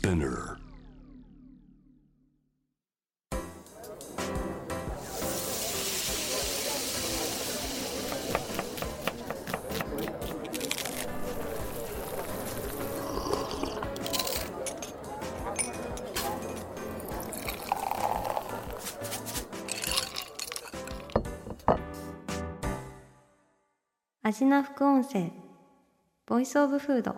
Spinner. 味な副音声ボイスオブフード。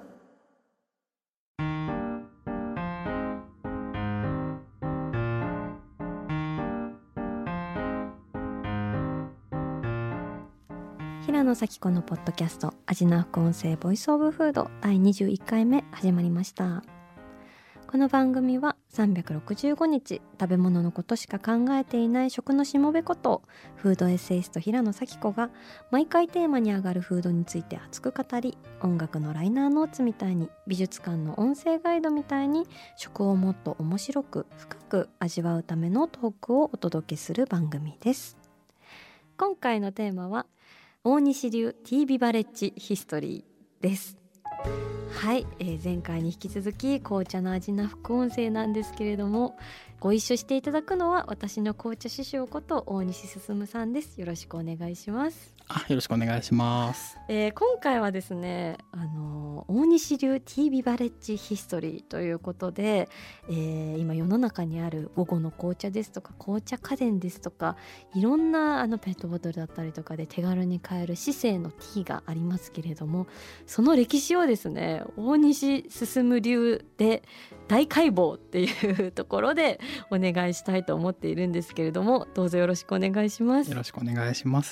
平野咲子のポッドキャスト味な副音声ボイスオブフード第21回目始まりました。この番組は365日食べ物のことしか考えていない食のしもべことフードエッセイスト平野咲子が毎回テーマに上がるフードについて熱く語り、音楽のライナーノーツみたいに美術館の音声ガイドみたいに食をもっと面白く深く味わうためのトークをお届けする番組です。今回のテーマは大西流ティービバレッジヒストリーです。はい、前回に引き続き紅茶の味な副音声なんですけれども、ご一緒していただくのは私の紅茶師匠こと大西進さんです。よろしくお願いします。 よろしくお願いします。 今回はですね、大西流ティービバレッジヒストリーということで、今世の中にある午後の紅茶ですとか紅茶家電ですとかいろんなペットボトルだったりとかで手軽に買える市政のティーがありますけれども、その歴史をですね大西進流で大解剖っていうところでお願いしたいと思っているんですけれども、どうぞよろしくお願いします。 よろしくお願いします。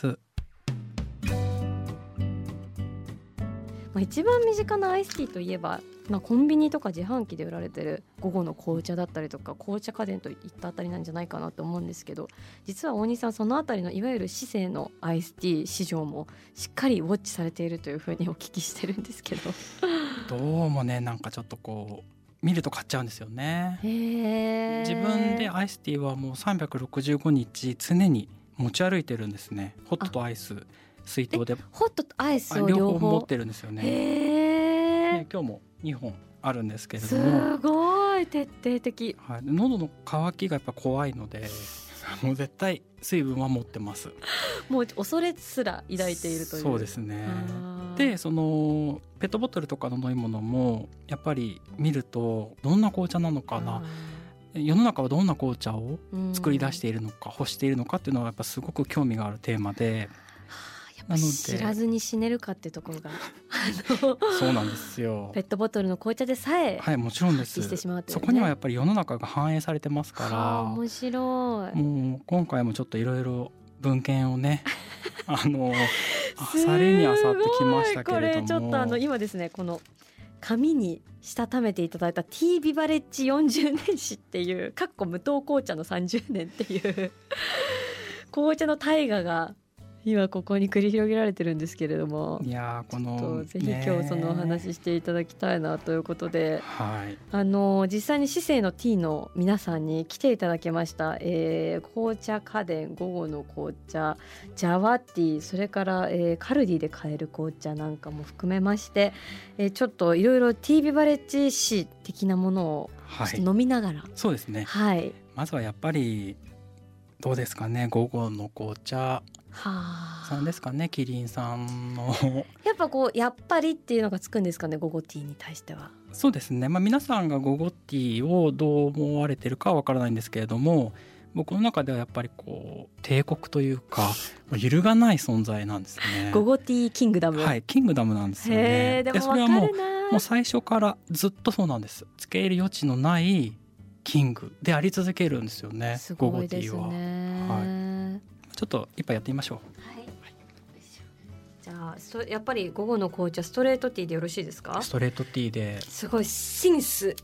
一番身近なアイスティーといえば、コンビニとか自販機で売られてる午後の紅茶だったりとか紅茶家電といったあたりなんじゃないかなと思うんですけど、実は大西さんそのあたりのいわゆる市政のアイスティー市場もしっかりウォッチされているというふうにお聞きしてるんですけどどうもね、なんかちょっとこう見ると買っちゃうんですよね。自分でアイスティーはもう365日常に持ち歩いてるんですね。ホットとアイス水筒でホットとアイスを両方持ってるんですよね。今日も2本あるんですけれども、 すごい徹底的、 喉の渇きがやっぱ怖いのでもう絶対水分は持ってます。 もう恐れすら抱いているという。 そうですね。でそのペットボトルとかの飲み物もやっぱり見るとどんな紅茶なのかな、世の中はどんな紅茶を作り出しているのか欲しているのかっていうのはやっぱすごく興味があるテーマで、 やっぱ知らずに死ねるかっていうところがそうなんですよ。 ペットボトルの紅茶でさえもちろんです。 してしまうというね。 そこにはやっぱり世の中が反映されてますから。 面白い。 もう今回もちょっといろいろ文献をねあさりにあさってきましたけれども、 これちょっと今ですねこの紙にしたためていただいたティービバレッジ40年史っていう無糖紅茶の30年っていう紅茶の大河が今ここに繰り広げられてるんですけれども、 いやこのぜひ今日そのお話ししていただきたいなということで、 はい、 実際に市政のティーの皆さんに来ていただきました。紅茶家電、午後の紅茶、ジャワティー、それから、カルディで買える紅茶なんかも含めまして、ちょっといろいろティービバレッジ史的なものをちょっと飲みながら、 そうですね、まずはやっぱりどうですかね、午後の紅茶さんですかね、キリンさんのやっぱやっぱりっていうのがつくんですかね、午後ティーに対しては。 そうですね、皆さんが午後ティーをどう思われてるかはわからないんですけれども、僕の中ではやっぱり帝国というか揺るがない存在なんですね。 午後ティーキングダム、 キングダムなんですよね。 でもそれはもう最初からずっとそうなんです。付け入る余地のないキングであり続けるんですよね。 すごいですね。 午後ティーは、ちょっと一杯やってみましょう。 じゃあやっぱり午後の紅茶ストレートティーでよろしいですか？ ストレートティーで。 すごい、シンス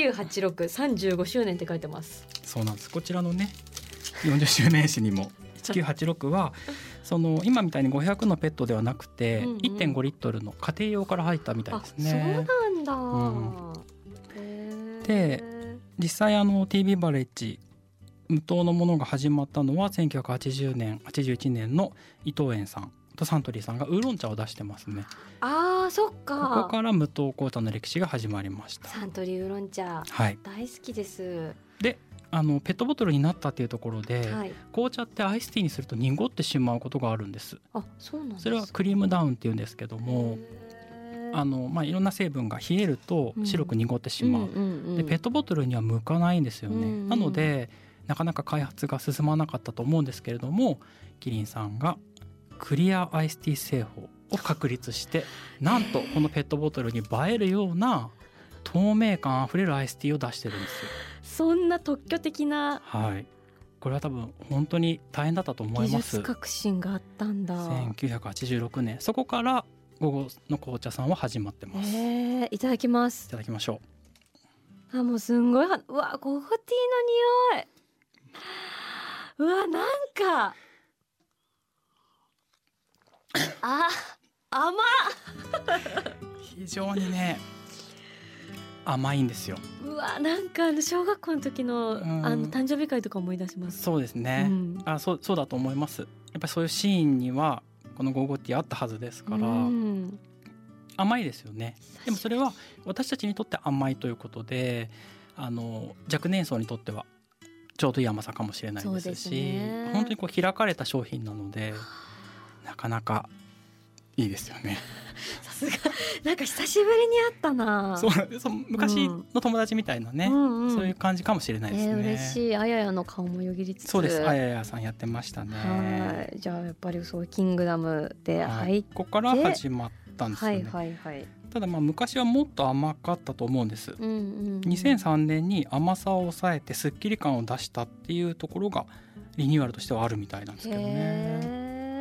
198635周年って書いてます。 そうなんです。こちらのね40周年誌にも1986はその今みたいに500のペットではなくて、1.5 リットルの家庭用から入ったみたいですね。 そうなんだ、 で実際ティービバレッジ無糖のものが始まったのは1980年81年の伊藤園さんサントリーさんがウーロン茶を出してますね。 あーそっか。 ここから無糖紅茶の歴史が始まりました。 サントリーウーロン茶、 はい、 大好きです。 でペットボトルになったっていうところで、 はい、 紅茶ってアイスティーにすると濁ってしまうことがあるんです。 あ、そうなんですか。 それはクリームダウンっていうんですけども、いろんな成分が冷えると白く濁ってしまう、でペットボトルには向かないんですよね、なのでなかなか開発が進まなかったと思うんですけれども、キリンさんがクリアアイスティー製法を確立してなんとこのペットボトルに映えるような透明感あふれるアイスティーを出してるんですよ。 そんな特許的な、 はい、これは多分本当に大変だったと思います。 技術革新があったんだ。 1986年、そこから午後の紅茶さんは始まってます。 いただきます。 いただきましょう。もうすんごい、うわ、ゴゴティーの匂い、うわ、なんか甘っ非常にね甘いんですよ。 うわ、なんか小学校の時の誕生日会とか思い出します。 そうですね、そうだと思います。やっぱりそういうシーンにはこのゴーゴティーあったはずですから、甘いですよね。でもそれは私たちにとって甘いということで、若年層にとってはちょうどいい甘さかもしれないですし、本当にこう開かれた商品なのでなかなかいいですよね。 さすが、なんか久しぶりに会ったな。 そう昔の友達みたいなね、そういう感じかもしれないですね。 嬉しい。あややの顔もよぎりつつ。 そうです、あややさんやってましたね。 はい、じゃあやっぱりそうキングダムで入って、 ここから始まったんですよね。ただ昔はもっと甘かったと思うんです、2003年に甘さを抑えてスッキリ感を出したっていうところがリニューアルとしてはあるみたいなんですけどね。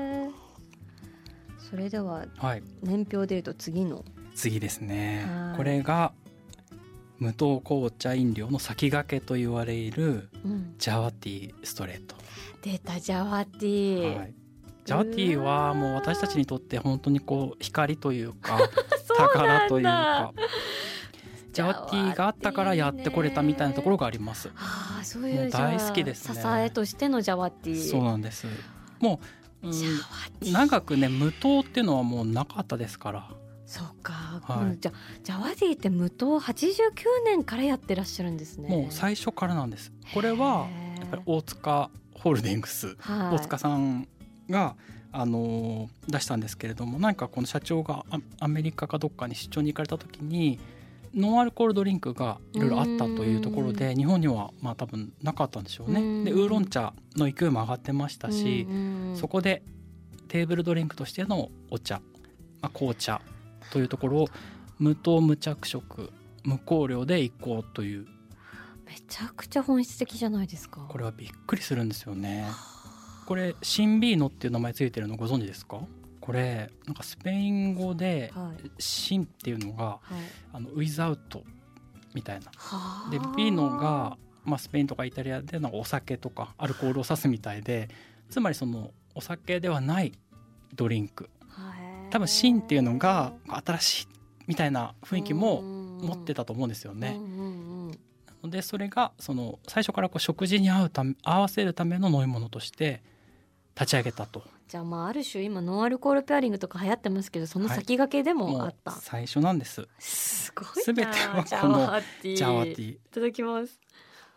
それでは年表でいうと次ですね。これが無糖紅茶飲料の先駆けと言われるジャワティーストレート。 出た、ジャワティー、 ジャワティーはもう私たちにとって本当にこう光というか宝というかジャワティーがあったからやってこれたみたいなところがあります。 そういう大好きですね。 支えとしてのジャワティー。 そうなんです。もう長くね無糖っていうのはもうなかったですから。 そうか、ジャワティーって無糖89年からやってらっしゃるんですね。 もう最初からなんです。これはやっぱり大塚ホールディングス、大塚さんが出したんですけれども、何かこの社長がアメリカかどっかに出張に行かれた時にノンアルコールドリンクがいろいろあったというところで日本には多分なかったんでしょうね。でウーロン茶の勢いも上がってましたし、そこでテーブルドリンクとしてのお茶、紅茶というところを無糖無着色無香料でいこうという。 めちゃくちゃ本質的じゃないですか。 これはびっくりするんですよね。これシンビーノっていう名前ついてるのご存知ですか？これなんかスペイン語でシンっていうのが、ウィザウトみたいなで、ビーノが、スペインとかイタリアでのお酒とかアルコールを指すみたいで、つまりそのお酒ではないドリンク、多分シンっていうのが新しいみたいな雰囲気も持ってたと思うんですよね。なのでそれがその最初からこう食事に合わせるための飲み物として立ち上げたと。 じゃあある種今ノンアルコールペアリングとか流行ってますけど、その先駆けでもあった、 最初なんです。 すごいな。 全てはこのジャワティー。 いただきます。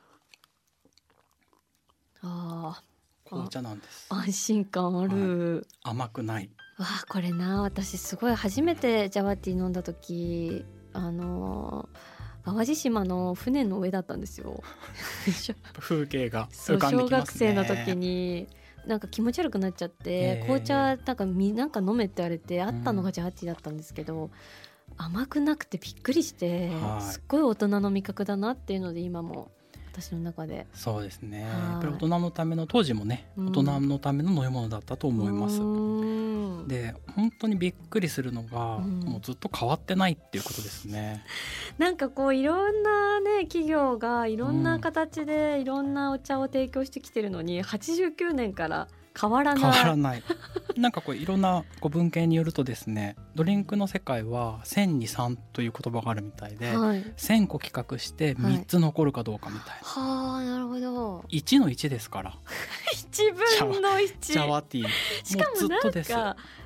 紅茶なんです。 安心感ある、 甘くない。 これな、私すごい初めてジャワティー飲んだ時淡路島の船の上だったんですよ風景が浮かんできますね。 小学生の時になんか気持ち悪くなっちゃって、紅茶なんか飲めって言われてあったのがジャワティーだったんですけど、甘くなくてびっくりして、すっごい大人の味覚だなっていうので今も私の中で。 そうですね、やっぱり大人のための、当時もね、大人のための飲み物だったと思います。で本当にびっくりするのが、もうずっと変わってないっていうことですね。 なんかこういろんなね企業がいろんな形でいろんなお茶を提供してきてるのに、89年から変わらないなんかこういろんな文献によるとですね、ドリンクの世界は1000に3という言葉があるみたいで、1000個企画して3つ残るかどうかみたいな。 なるほど。 1の1ですから 1分の1 ジャワティー。 しかもなんか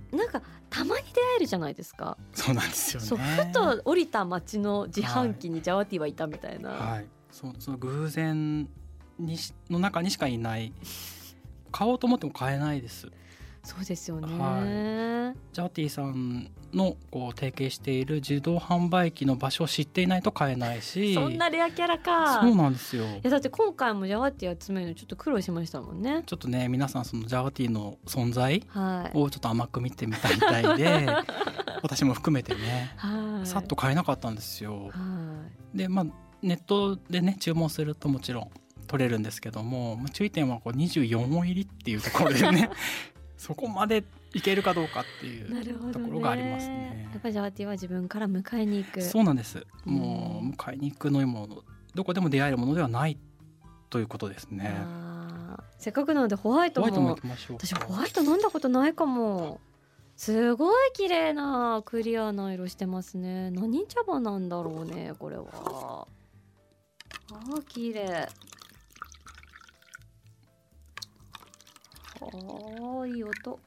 なんかたまに出会えるじゃないですか。 そうなんですよね。 そうふと降りた街の自販機にジャワティはいたみたいな、 はい、その偶然の中にしかいない、買おうと思っても買えないです。 そうですよね、 はい、ジャワティさんのこう提携している自動販売機の場所を知っていないと買えないし。 そんなレアキャラか。 そうなんですよ。 いやだって今回もジャワティ集めるのちょっと苦労しましたもんね。 ちょっとね皆さんそのジャワティの存在はいをちょっと甘く見てみたみたいで、私も含めてね、 はいさっと買えなかったんですよ。 はいでネットでね注文するともちろん取れるんですけども、注意点はこう24本入りっていうところでねそこまでいけるかどうかっていうところがありますね。 やっぱりジャワティは自分から迎えに行く。 そうなんです。もう迎えに行くのもどこでも出会えるものではないということですね。 せっかくなのでホワイトも行きましょう。 私ホワイト飲んだことないかも。すごい綺麗なクリアな色してますね。何茶葉なんだろうねこれは。綺麗。いい音。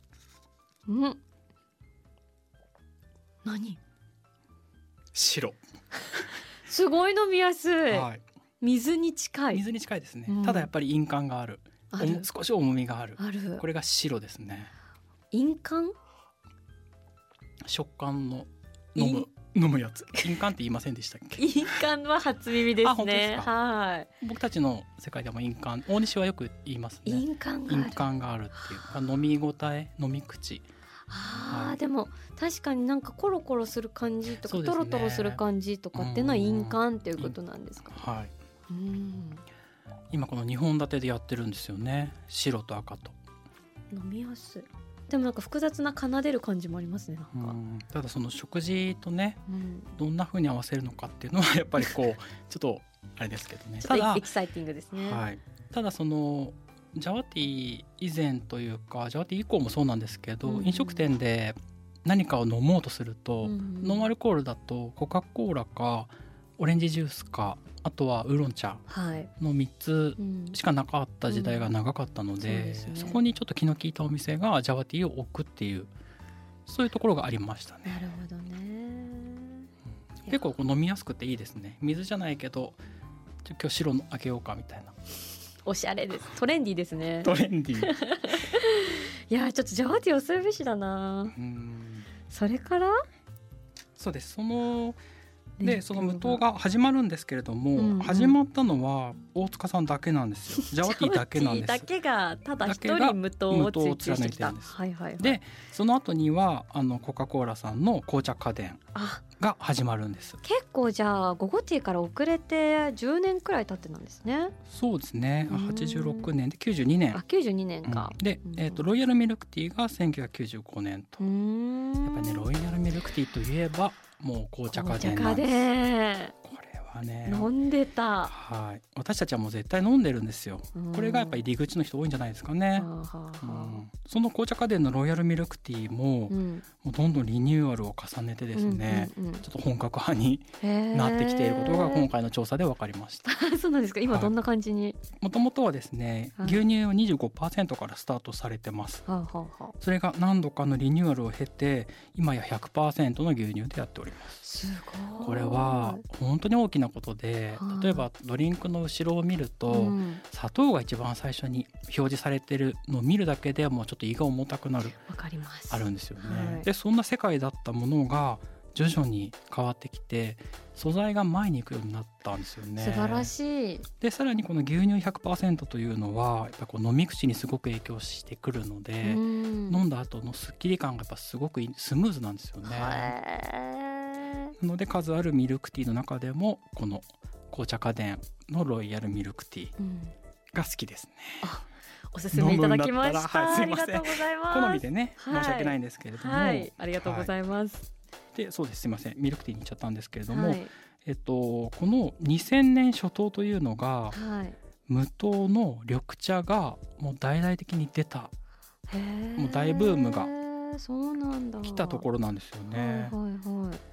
何？ 白。すごい飲みやすい。 はい、 水に近い。 水に近いですね。ただやっぱり印鑑がある。少し重みがある。これが白ですね。 印鑑？ 食感の飲むやつ。印鑑って言いませんでしたっけ？ 印鑑は初耳ですね。はい。 僕たちの世界でも印鑑、大西はよく言いますね。 印鑑があるっていう。飲み応え、飲み口。 でも確かになんかコロコロする感じとか、トロトロする感じとかっていうのは印鑑っていうことなんですか？ はい。今この2本立てでやってるんですよね。白と赤と。 飲みやすい。でもなんか複雑な奏でる感じもありますね。なんかただその食事とね、どんな風に合わせるのかっていうのはやっぱりこうちょっとあれですけどね。 ちょっとエキサイティングですね。 はい。ただそのジャワティ以前というかジャワティ以降もそうなんですけど、飲食店で何かを飲もうとすると、ノンアルコールだとコカ・コーラかオレンジジュースかあとはウーロン茶の3つしかなかった時代が長かったので、そこにちょっと気の利いたお店がジャワティを置くっていうそういうところがありましたね。 なるほどね。 結構飲みやすくていいですね。水じゃないけど今日白の開けようかみたいな。 おしゃれです。トレンディーですね。 トレンディーいやちょっとジャワティおすべしだな。それからそうです。その無糖が始まるんですけれども、始まったのは大塚さんだけなんですよ。ジャワティだけなんです。 だけがただ一人無糖を追求してきた。 でその後にはコカ・コーラさんの紅茶家電が始まるんです。 結構じゃあゴゴティから遅れて10年くらい経ってなんですね。 そうですね。86年で92年。 92年か。 で、ロイヤルミルクティーが1995年と。やっぱりねロイヤルミルクティーといえばもう紅茶家電なんです。これはね飲んでた。 はい。私たちはもう絶対飲んでるんですよ。これがやっぱり入り口の人多いんじゃないですかね。その紅茶家電のロイヤルミルクティーも、もうどんどんリニューアルを重ねてですね、ちょっと本格派になってきていることが今回の調査で分かりました。 そうなんですか。今どんな感じに？ もともとはですね、牛乳は 25% からスタートされてます。それが何度かのリニューアルを経て今や 100% の牛乳でやっております。 すごい。 これは本当に大きなことで、例えばドリンクの後ろを見ると、砂糖が一番最初に表示されてるのを見るだけでもうちょっと胃が重たくなる。 わかります。 あるんですよね。でそんな世界だったものが徐々に変わってきて素材が前に行くようになったんですよね。 素晴らしい。 でさらにこの牛乳 100% というのはやっぱこう飲み口にすごく影響してくるので、飲んだ後のスッキリ感がやっぱすごくスムーズなんですよね。なので数あるミルクティーの中でもこの紅茶家電のロイヤルミルクティーが好きですね。 おすすめいただきました。ありがとうございます。 好みでね、申し訳ないんですけれども、 ありがとうございます。 でそうです。すいません。ミルクティーに行っちゃったんですけれども、この2000年初頭というのが、無糖の緑茶がもう大々的に出た、もう大ブームが来たところなんですよね。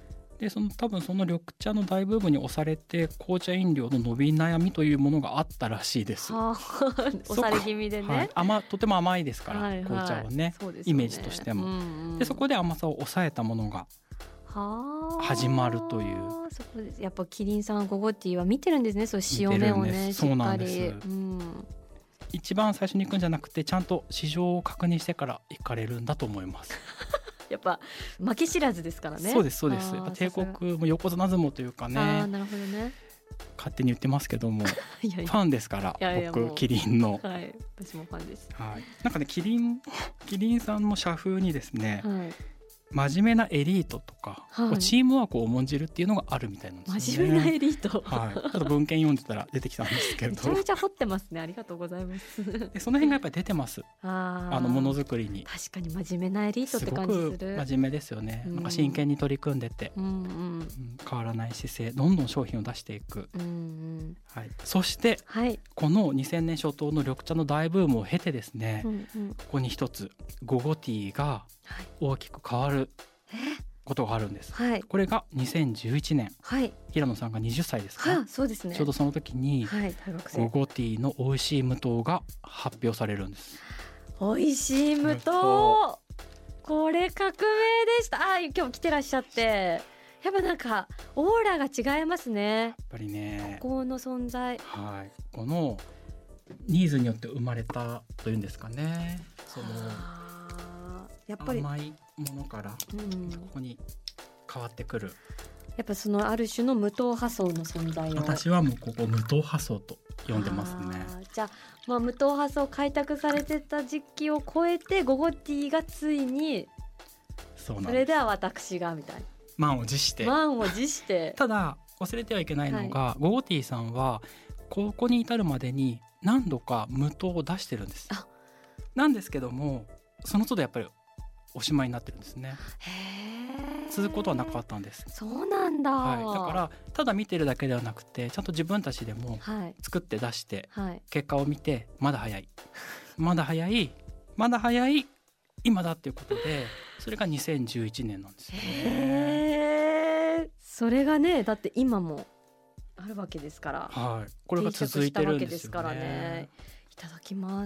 で多分その緑茶の大ブームに押されて紅茶飲料の伸び悩みというものがあったらしいです。 押され気味でね、 はい、とても甘いですから、はいはい、紅茶は ねイメージとしても、でそこで甘さを抑えたものが始まるという。 そこでやっぱキリンさんゴゴティーは見てるんですね、そう潮目をね。 そうなんです、一番最初に行くんじゃなくてちゃんと市場を確認してから行かれるんだと思いますやっぱ負け知らずですからね。 そうですそうです。やっぱ帝国も横綱相撲というかね。 なるほどね。 勝手に言ってますけどもいやいやファンですから僕キリンの、 はい、私もファンです、 はい、なんかねキリンさんの社風にですね、 はい、 真面目なエリートとか、はい、チームワークを重んじるっていうのがあるみたいなんですよね。 真面目なエリート、 はい、ちょっと文献読んでたら出てきたんですけどめちゃめちゃ掘ってますね。ありがとうございますでその辺がやっぱり出てます。ものづくりに確かに真面目なエリートって感じする。 すごく真面目ですよね、なんか真剣に取り組んでて、変わらない姿勢、どんどん商品を出していく、はい、そして、はい、この2000年初頭の緑茶の大ブームを経てですね、ここに一つゴゴティーが大きく変わることがあるんです、はい、これが2011年、はい、平野さんが20歳ですか、 そうですね、 ちょうどその時に、はい、ゴゴティーの美味しい無糖が発表されるんです。 美味しい無糖、これ革命でした。今日来てらっしゃってやっぱなんかオーラが違いますね。やっぱりね、 ここの存在、 はい、このニーズによって生まれたというんですかね。そのやっぱり甘いものから、ここに変わってくる、 やっぱそのある種の無糖発想の存在を、 私はもうここ無糖発想と呼んでますね。 じゃあ、無糖発想を開拓されてた時期を超えてゴゴティーがついにそれでは私がみたいな満を持してただ忘れてはいけないのが、ゴゴティーさんはここに至るまでに何度か無糖を出してるんです。なんですけどもその都度やっぱりおしまいになってるんですね。続くことはなかったんです。 そうなんだ、 はい、だからただ見てるだけではなくてちゃんと自分たちでも作って出して、結果を見てまだ早いまだ早いまだ早い今だっていうことで、それが2011年なんですよね。 それがね、だって今もあるわけですから、 はい、これが続いてるんですよね。いただきます。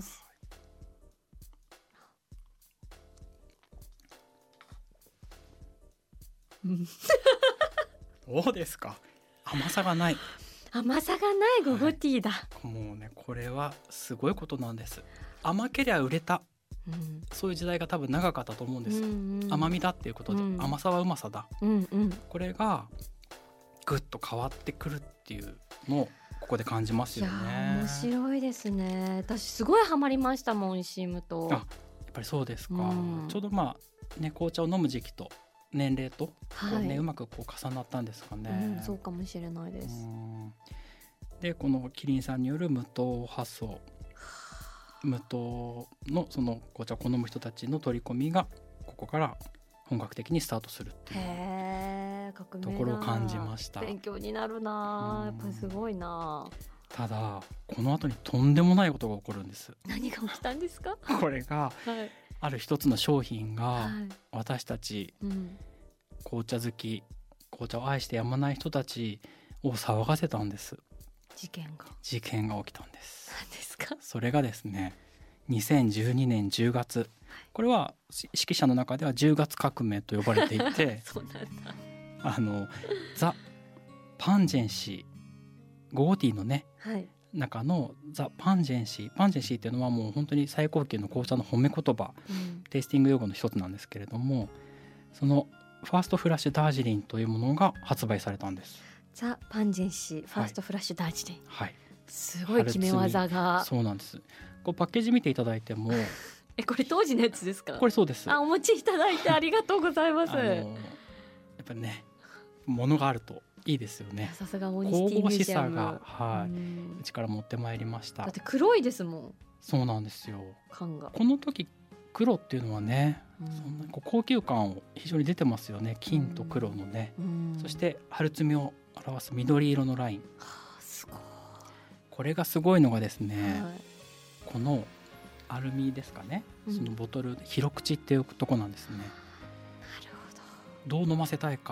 どうですか。甘さがない、 甘さがないゴゴティーだ、 もうねこれはすごいことなんです。甘けりゃ売れた、そういう時代が多分長かったと思うんです、甘みだっていうことで、甘さはうまさだ、これがぐっと変わってくるっていうのをここで感じますよね。 いや面白いですね。私すごいハマりましたもん、シームと。 やっぱりそうですか、ちょうど紅茶を飲む時期と年齢とうまく重なったんですかね、 そうかもしれないです。 でこのキリンさんによる無糖発想、無糖のその紅茶を好む人たちの取り込みがここから本格的にスタートするっていうところを感じました。 勉強になるな、やっぱりすごいな。 ただこの後にとんでもないことが起こるんです。 何が起きたんですか。 これが、ある一つの商品が私たち、紅茶好き、紅茶を愛してやまない人たちを騒がせたんです。事件が起きたんです。 何ですか。それがですね、2012年10月、これは識者の中では10月革命と呼ばれていてそうなんだ。 ザ・パンジェンシー、ゴゴティーのね、中のザ・パンジェンシーっていうのはもう本当に最高級の紅茶の褒め言葉、テイスティング用語の一つなんですけれども、そのファーストフラッシュダージリンというものが発売されたんです。 ザ・パンジェンシーファーストフラッシュダージリン、すごい決め技が。 そうなんです。パッケージ見ていただいてもこれ当時のやつですか。 これそうです。 お持ちいただいてありがとうございます。 やっぱりね、物があるといいですよね。 さすがオニシティミュージアム、 神々しさが、うちから持ってまいりました。 だって黒いですもん。 そうなんですよ。 缶がこの時黒っていうのはね、そんなに高級感を非常に出てますよね。金と黒のね、そして春摘みを表す緑色のライン、 すごい。これがすごいのがですね、このアルミですかね、そのボトル広口っていうとこなんですね。 なるほど。 どう飲ませたいか、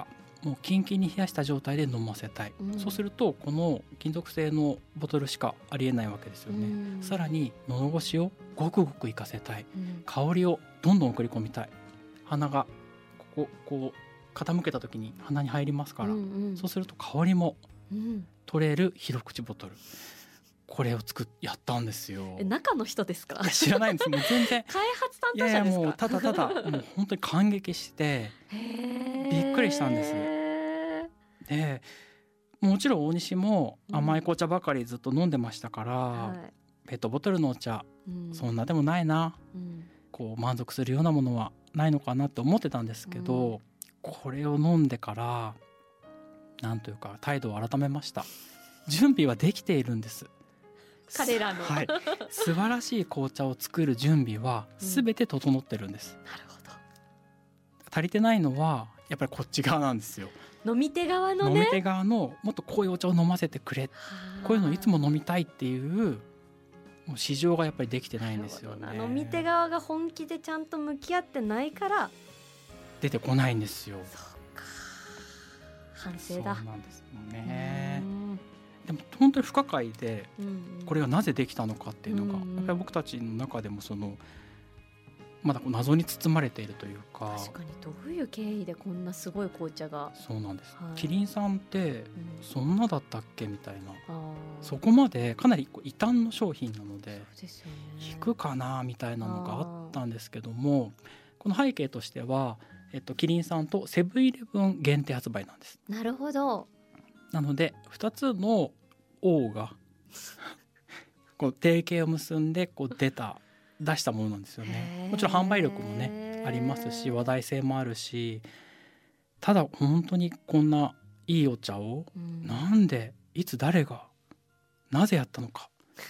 もうキンキンに冷やした状態で飲ませたい、そうするとこの金属製のボトルしかありえないわけですよね、さらに喉越しをごくごく活かせたい、香りをどんどん送り込みたい、鼻がこう傾けた時に鼻に入りますから、そうすると香りも取れる広口ボトル、これをやったんですよ。 中の人ですか？ 知らないんです。もう全然開発担当者ですか？ もうただもう本当に感激してびっくりしたんです。でもちろん大西も甘い紅茶ばかりずっと飲んでましたから、ペットボトルのお茶、そんなでもないな、こう満足するようなものはないのかなって思ってたんですけど、これを飲んでからなんというか態度を改めました。準備はできているんです。 彼らの、 素晴らしい紅茶を作る準備は全て整ってるんです、 なるほど。 足りてないのはやっぱりこっち側なんですよ。 飲み手側のね、 飲み手側のもっとこういうお茶を飲ませてくれ、こういうのいつも飲みたいっていうもう市場がやっぱりできてないんですよね。 飲み手側が本気でちゃんと向き合ってないから出てこないんですよ。 そうか、反省だ。 そうなんですね。でも本当に不可解で、これがなぜできたのかっていうのが、やっぱり僕たちの中でもまだ謎に包まれているというか。 確かにどういう経緯でこんなすごい紅茶が。 そうなんです、キリンさんってそんなだったっけみたいな、そこまでかなり異端の商品なので、引くかなみたいなのがあったんですけども、この背景としては、キリンさんとセブンイレブン限定発売なんです。 なるほど。 なので2つの王がこう提携を結んで出したものなんですよね。もちろん販売力もねありますし、話題性もあるし、ただ本当にこんないいお茶を、なんでいつ誰がなぜやったのか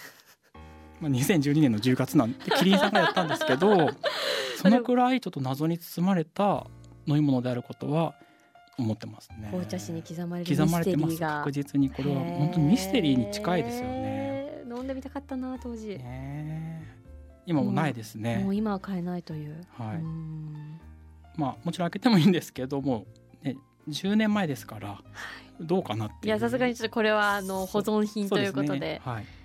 2012年の10月なんでキリンさんがやったんですけどそのくらいちょっと謎に包まれた飲み物であることは思ってますね。 紅茶史に刻まれるミステリーが刻まれてます。確実にこれは本当にミステリーに近いですよね。 飲んでみたかったな当時。 今もないですね。 もう今は買えないという、 もちろん開けてもいいんですけども、10年前ですからどうかなっていう。 いやさすがにちょっとこれは保存品ということで、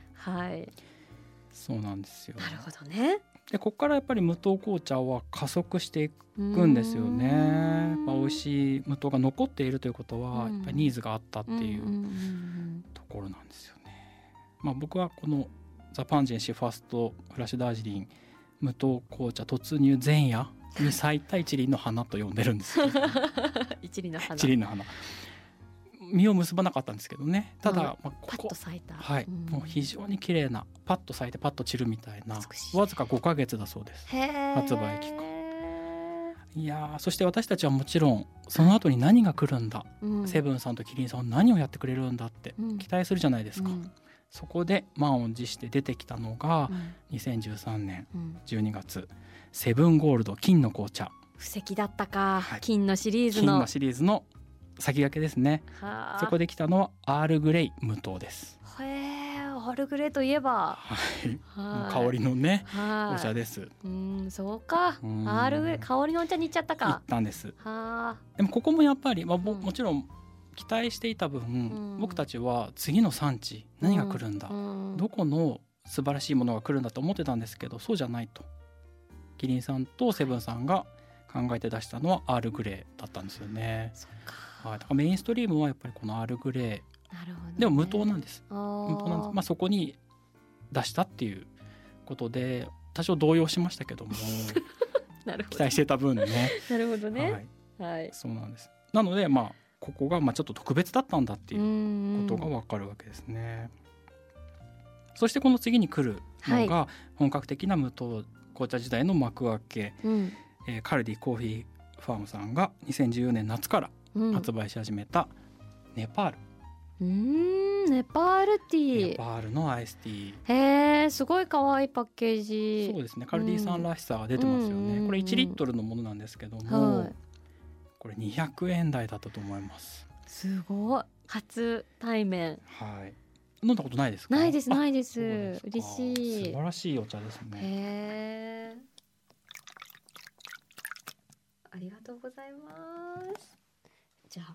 そうなんですよ。 なるほどね。 でここからやっぱり無糖紅茶は加速していくんですよね。美味しい無糖が残っているということはやっぱりニーズがあったっていうところなんですよね。僕はこのザ・パンジェンシーファーストフラッシュダージリン無糖紅茶突入前夜に咲いた一輪の花と呼んでるんですけど一輪の花、 実を結ばなかったんですけどね。ただ、 パッと咲いた、 もう非常に綺麗な、パッと咲いてパッと散るみたいな、わずか5ヶ月だそうです、発売期間。いやそして私たちはもちろんその後に何が来るんだ、セブンさんとキリンさんは何をやってくれるんだって期待するじゃないですか、そこで満を持して出てきたのが、2013年12月、セブンゴールド金の紅茶。 布石だったか、金のシリーズの先駆けですね。そこで来たのはアールグレイ無糖です。 アールグレイといえば、 香りのねお茶です。 そうか、アールグレイ香りのお茶に行っちゃったか。 行ったんです。でもここもやっぱり、もちろん期待していた分、僕たちは次の産地何が来るんだ、どこの素晴らしいものが来るんだと思ってたんですけど、そうじゃないと。キリンさんとセブンさんが考えて出したのはアールグレイだったんですよね。だからメインストリームはやっぱりこのアールグレイ、でも無糖なんです。そこに出したっていうことで多少動揺しましたけども期待してた分ね。 なるほどね。 そうなんです。なのでここがちょっと特別だったんだっていうことが分かるわけですね。そしてこの次に来るのが本格的な無糖紅茶時代の幕開け、カルディコーヒーファームさんが2014年夏から発売し始めたネパール。 ネパールティー。 ネパールのアイスティー。すごい可愛いパッケージ。 そうですね。カルディさんらしさが出てますよね。これ1リットルのものなんですけども、これ200円台だったと思います。 すごい。初対面。 飲んだことないですか？ ないですないです。嬉しい。 素晴らしいお茶ですね。 ありがとうございます。じゃあ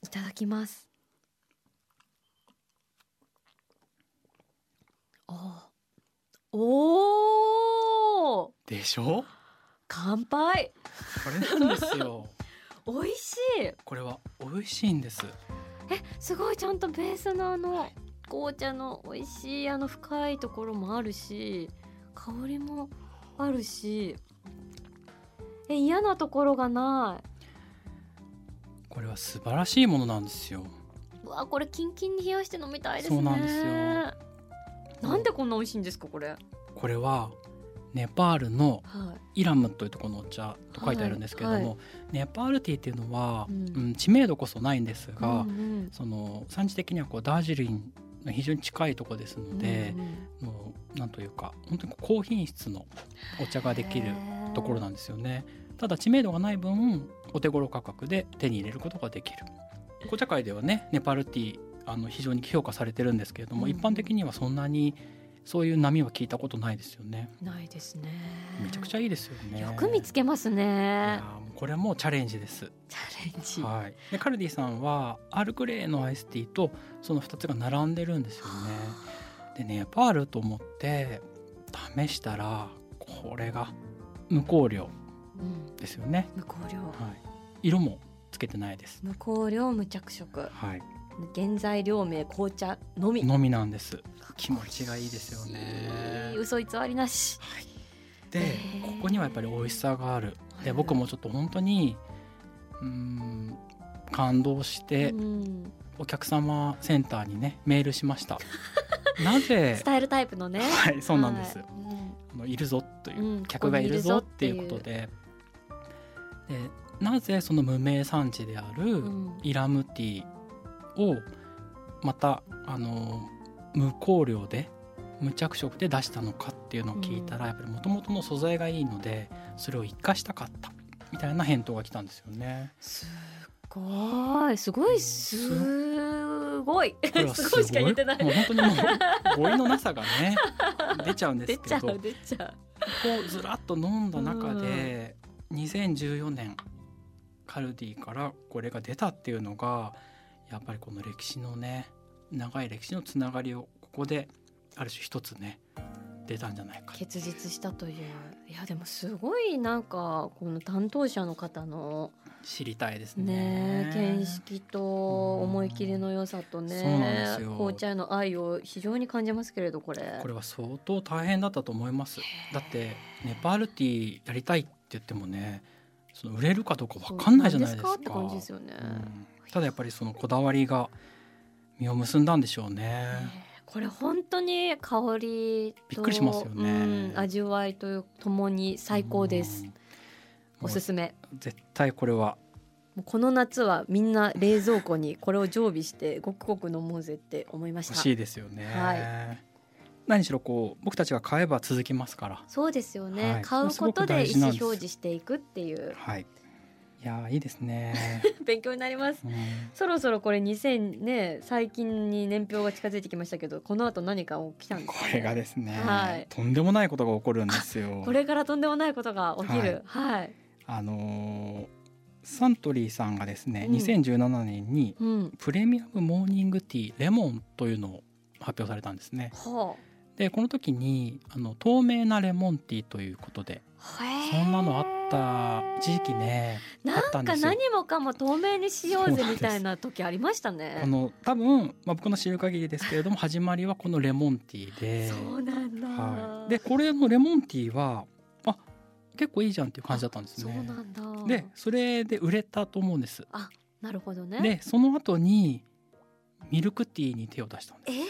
ただきます。おーでしょ。 乾杯。 これなんですよ美味しい。 これは美味しいんです。 すごいちゃんとベースの紅茶の美味しい深いところもあるし、香りもあるし、嫌なところがない。 これは素晴らしいものなんですよ。 うわ、これキンキンに冷やして飲みたいですね。 そうなんですよ。 なんでこんな美味しいんですかこれ。 これはネパールのはイラムというところのお茶と書いてあるんですけれども、 はいはい、 ネパールティーっていうのは、 うん知名度こそないんですが、 その産地的にはダージリンの非常に近いところですので、もうなんというか本当に高品質のお茶ができるところなんですよね。ただ知名度がない分お手頃価格で手に入れることができる。紅茶界ではねネパールティー非常に評価されてるんですけれども、一般的にはそんなにそういう波は聞いたことないですよね。 ないですね。 めちゃくちゃいいですよね。 よく見つけますね。 これもチャレンジです。 チャレンジ、 はい、でカルディさんはアールグレイのアイスティーとその2つが並んでるんですよね。でネパールと思って試したらこれが無香料ですよね。 無香料、 はい、色もつけてないです。 無香料無着色、 はい、 原材料名紅茶のみなんです。気持ちがいいですよね。 嘘偽りなし、 はい、でここにはやっぱり美味しさがある。で僕もちょっと本当に感動して、お客様センターにねメールしましたなぜスタイルタイプのね、 はい、そうなんです、いるぞという、客がいるぞっていうことで、なぜその無名産地であるイラムティーをまた無香料で無着色で出したのかっていうのを聞いたら、やっぱりもともとの素材がいいのでそれを生かしたかったみたいな返答が来たんですよね。 すごいすごいすごいすごいしか言ってない。 もう本当にもう語彙のなさがね出ちゃうんですけど、 出ちゃうこうずらっと飲んだ中で、2014年カルディからこれが出たっていうのがやっぱりこの歴史のね長い歴史のつながりをここである種一つね出たんじゃないか、 結実したという。いやでもすごいなんかこの担当者の方の知りたいですね。 見識と思い切りの良さとね、 そうなんですよ。 紅茶への愛を非常に感じますけれど、これは相当大変だったと思います。だってネパールティーやりたいって言ってもね、その売れるかどうか分かんないじゃないですか。 って感じですよね。 ただやっぱりそのこだわりが実を結んだんでしょうね。 これ本当に香りとびっくりしますよね、 味わいとともに最高です。おすすめ。 絶対これはもうこの夏はみんな冷蔵庫にこれを常備してごくごく飲もうぜって思いました。 欲しいですよね、 はい、 何しろこう僕たちが買えば続きますから。 そうですよね、はい、買うことで意思表示していくっていう、 はい、いやいいですね勉強になります、そろそろこれ2000ね、最近に年表が近づいてきましたけど、この後何か起きたんですかね。 これがですね、 はい、 とんでもないことが起こるんですよ。 これからとんでもないことが起きる、はい、 サントリーさんがですね、2017年にプレミアムモーニングティーレモンというのを発表されたんですね、でこの時に透明なレモンティーということで、そんなのあった一時期ね、 なんか何もかも透明にしようぜみたいな時ありましたね。 多分、僕の知る限りですけれども始まりはこのレモンティーで、 そうなんだ、 でこれのレモンティーは結構いいじゃんっていう感じだったんですね。 そうなんだ。 でそれで売れたと思うんです。 なるほどね。 でその後にミルクティーに手を出したんです。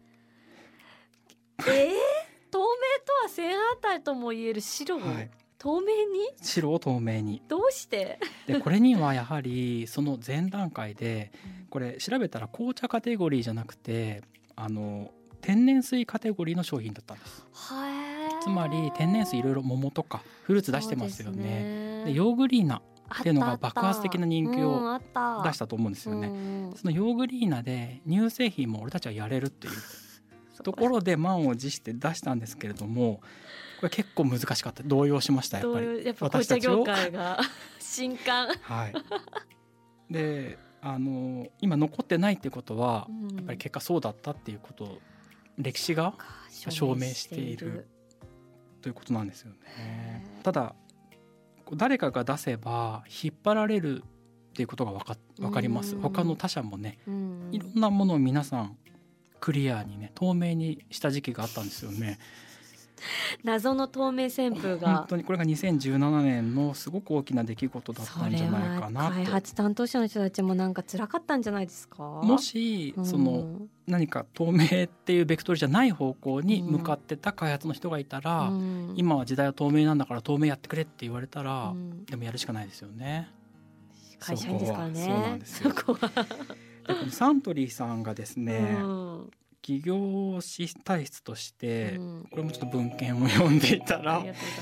透明とは正反対とも言える白を透明に、 白を透明に、 どうしてでこれにはやはりその前段階でこれ調べたら紅茶カテゴリーじゃなくて天然水カテゴリーの商品だったんです。つまり天然水いろいろ桃とかフルーツ出してますよね。でヨーグリーナっていうのが爆発的な人気を出したと思うんですよね。そのヨーグリーナで乳製品も俺たちはやれるっていうところで満を持して出したんですけれども、これ結構難しかった。動揺しました。やっぱり紅茶業界が震撼はい、で今残ってないってことは、 うんやっぱり結果そうだったっていうことを歴史が証明しているということなんですよね。ただ誰かが出せば引っ張られるっていうことが分かります。他の他社もね、いろんなものを皆さんクリアにね透明にした時期があったんですよね。 謎の透明旋風が、 本当にこれが2017年のすごく大きな出来事だったんじゃないかなと。 開発担当者の人たちもなんか辛かったんじゃないですか。 もしその何か透明っていうベクトルじゃない方向に向かってた開発の人がいたら、今は時代は透明なんだから透明やってくれって言われたら、でもやるしかないですよね。 会社員ですからね。 そうなんですよ。でサントリーさんがですね、企業体質として、これもちょっと文献を読んでいたら、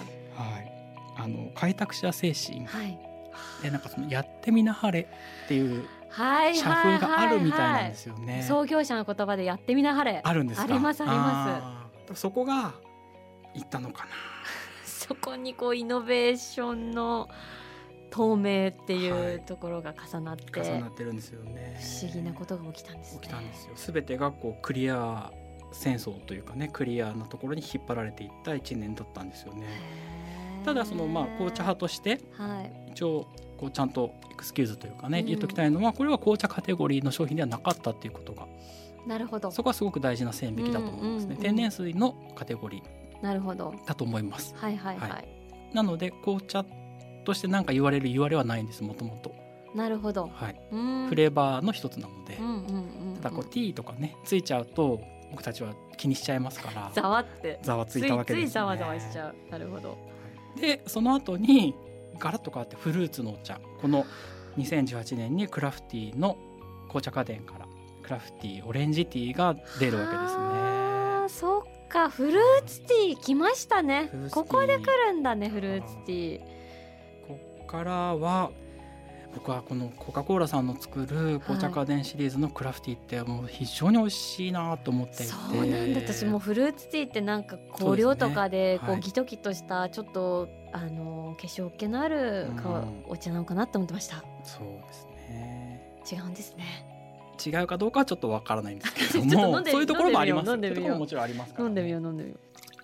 開拓者精神、でなんかそのやってみなはれっていう社風があるみたいなんですよね。 創業者の言葉でやってみなはれあるんですか。 ありますあります。 そこがいったのかな。 そこにこうイノベーションの透明っていうところが重なって、 重なってるんですよね。 不思議なことが起きたんですね。 起きたんですよ。全てがこうクリア戦争というかね、クリアなところに引っ張られていった1年だったんですよね。ただその紅茶派として、一応こうちゃんとエクスキューズというかね、言っときたいのは、これは紅茶カテゴリーの商品ではなかったっていうことが、 なるほど、 そこはすごく大事な線引きだと思いますね。天然水のカテゴリーだと思います。なので紅茶として何か言われはないんです、もともと。 なるほど、 フレーバーの一つなので、ただこうティーとかねついちゃうと僕たちは気にしちゃいますから、 ざわってざわついたわけですね。 ついざわざわしちゃう。なるほど。 でその後にガラッと変わってフルーツのお茶、この2018年にクラフティの紅茶家電からクラフティオレンジティーが出るわけですね。 そっか、フルーツティー来ましたね。ここで来るんだね、フルーツティー。 こっからは僕はこのコカ・コーラさんの作る紅茶家電シリーズのクラフティーってもう非常に美味しいなと思っていて。 そうなんだ。私もフルーツティーってなんか香料とかでこうギトギトしたちょっと化粧気のあるお茶なのかなと思ってました。 そうですね。 違うんですね。 違うかどうかはちょっとわからないんですけどもそういうところもあります。そういうところももちろんありますからね。 飲んでみよう。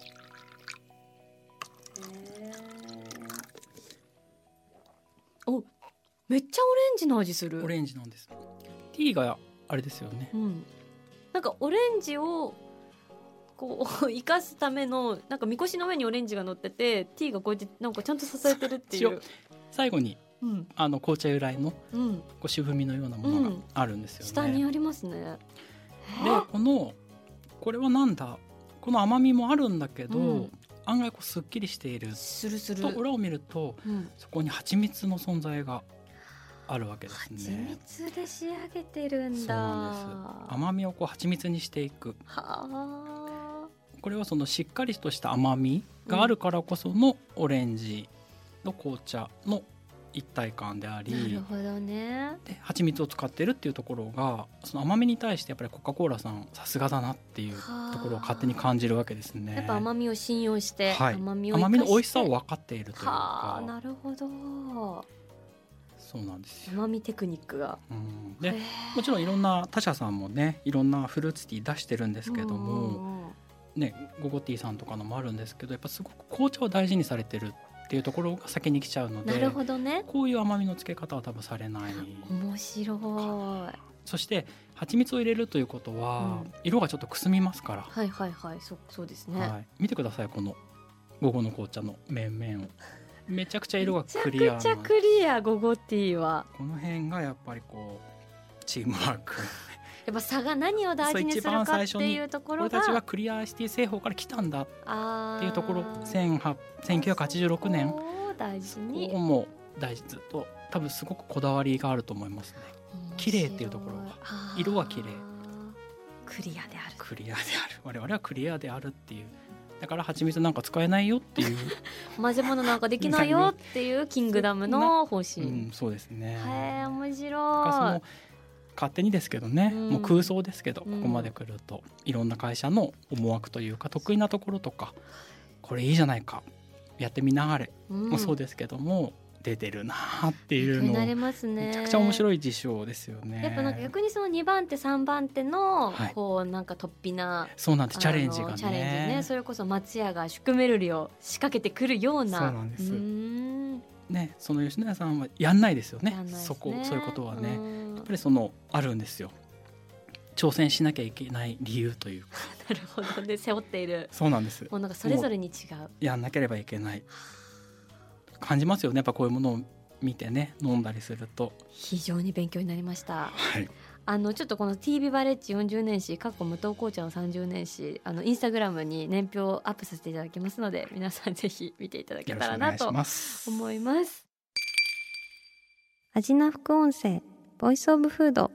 お、めっちゃオレンジの味する。 オレンジなんです。ティーがあれですよね、 なんかオレンジをこう生かすためのなんかみこしの上にオレンジが乗ってて、ティーがこうやってなんかちゃんと支えてるっていう。 最後に、紅茶由来の、こう渋みのようなものがあるんですよね。 下にありますね。 でこれはなんだ、この甘みもあるんだけど、案外こうすっきりしている。 すると裏を見ると、そこに蜂蜜の存在があるわけですね。 蜂蜜で仕上げてるんだ。 そうなんです。甘みをこう蜂蜜にしていく。これはそのしっかりとした甘みがあるからこそのオレンジの紅茶の一体感であり、 なるほどね。 で蜂蜜を使ってるっていうところが、その甘みに対してやっぱりコカ・コーラさんさすがだなっていうところを勝手に感じるわけですね。 やっぱ甘みを信用して、甘みの美味しさを分かっているというか。 なるほど。 そうなんですよ。 甘みテクニックが、 でもちろんいろんな他社さんもね、いろんなフルーツティー出してるんですけども、ゴゴティーさんとかのもあるんですけど、やっぱすごく紅茶を大事にされてるっていうところが先に来ちゃうので。 なるほどね。 こういう甘みの付け方は多分されない。 面白い。 そして蜂蜜を入れるということは、色がちょっとくすみますから。 そうですね、 見てください、この午後の紅茶の面々を。めちゃくちゃ色がクリア。 めちゃくちゃクリア。ゴゴティーはこの辺がやっぱりこうチームワークやっぱ差が何を大事にするかっていうところが、 俺たちはクリアシティ製法から来たんだっていうところ、1986年大事にも大事、ずっと多分すごくこだわりがあると思いますね。綺麗っていうところが、色は綺麗、 クリアである、 我々はクリアであるっていう。だから蜂蜜なんか使えないよっていう混ぜ物なんかできないよっていうキングダムの方針。 そうですね。 面白い。 勝手にですけどね、もう空想ですけど、ここまで来るといろんな会社の思惑というか得意なところとか、これいいじゃないか、やってみながれもそうですけども、 出てるなっていうのを、 なりますね、 めちゃくちゃ面白い事象ですよね。 やっぱなんか逆にその2番手3番手のはいこうなんか突飛な、 そうなんです、チャレンジがね、 チャレンジね、それこそ松屋がシュクメルリを仕掛けてくるような、 そうなんですね、その吉野家さんはやんないですよね、 やんないですね、 そういうことはね、やっぱりそのあるんですよ、挑戦しなきゃいけない理由というかなるほどね、背負っている、 そうなんです、 もうなんかそれぞれに違う、 やんなければいけない感じますよね、やっぱこういうものを見てね、飲んだりすると非常に勉強になりました。 はい、 ちょっとこの TB バレッジ40年史無糖紅茶の30年史インスタグラムに年表をアップさせていただきますので、皆さんぜひ見ていただけたらなと思います。味な副音声ボイスオブフード。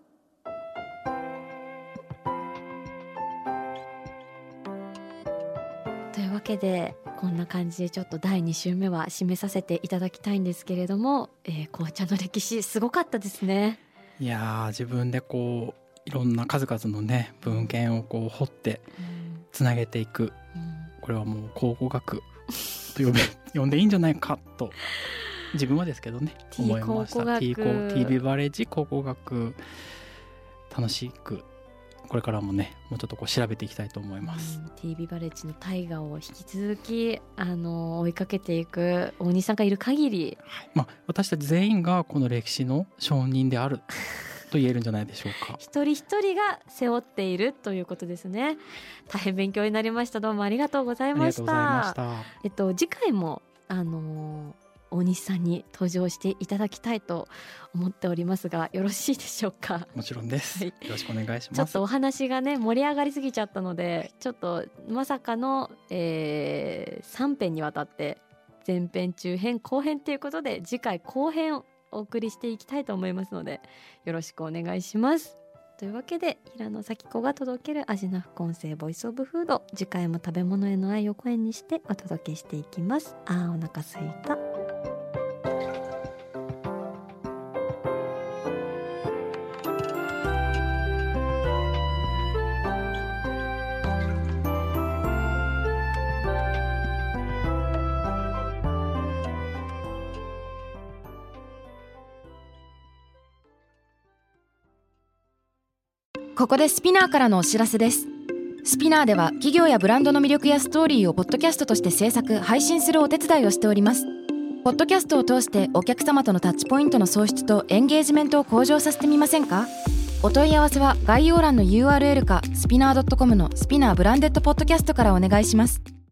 というわけでこんな感じでちょっと第2週目は締めさせていただきたいんですけれども、紅茶の歴史すごかったですね。いや自分でこういろんな数々のね文献をこう掘ってつなげていく、これはもう考古学と呼んでいいんじゃないかと自分はですけどね思いました。 TB バレッジ考古学、楽しくこれからもねもうちょっとこう調べていきたいと思います。 TB バレッジの大河を引き続き追いかけていく大西さんがいる限り、 私たち全員がこの歴史の証人であると言えるんじゃないでしょうか。一人一人が背負っているということですね。大変勉強になりました。どうもありがとうございました。次回も大西さんに登場していただきたいと思っておりますが、よろしいでしょうか。 もちろんです、よろしくお願いします。 ちょっとお話がね盛り上がりすぎちゃったので、ちょっとまさかの、3編にわたって前編中編後編ということで、次回後編をお送りしていきたいと思いますので、よろしくお願いします。というわけで平野咲子が届ける味な副音声ボイスオブフード、次回も食べ物への愛を声にしてお届けしていきます。お腹すいた。 ここでスピナーからのお知らせです。スピナーでは企業やブランドの魅力やストーリーをポッドキャストとして制作・配信するお手伝いをしております。ポッドキャストを通してお客様とのタッチポイントの創出とエンゲージメントを向上させてみませんか？お問い合わせは概要欄の URL かスピナー .com のスピナーブランデッドポッドキャストからお願いします。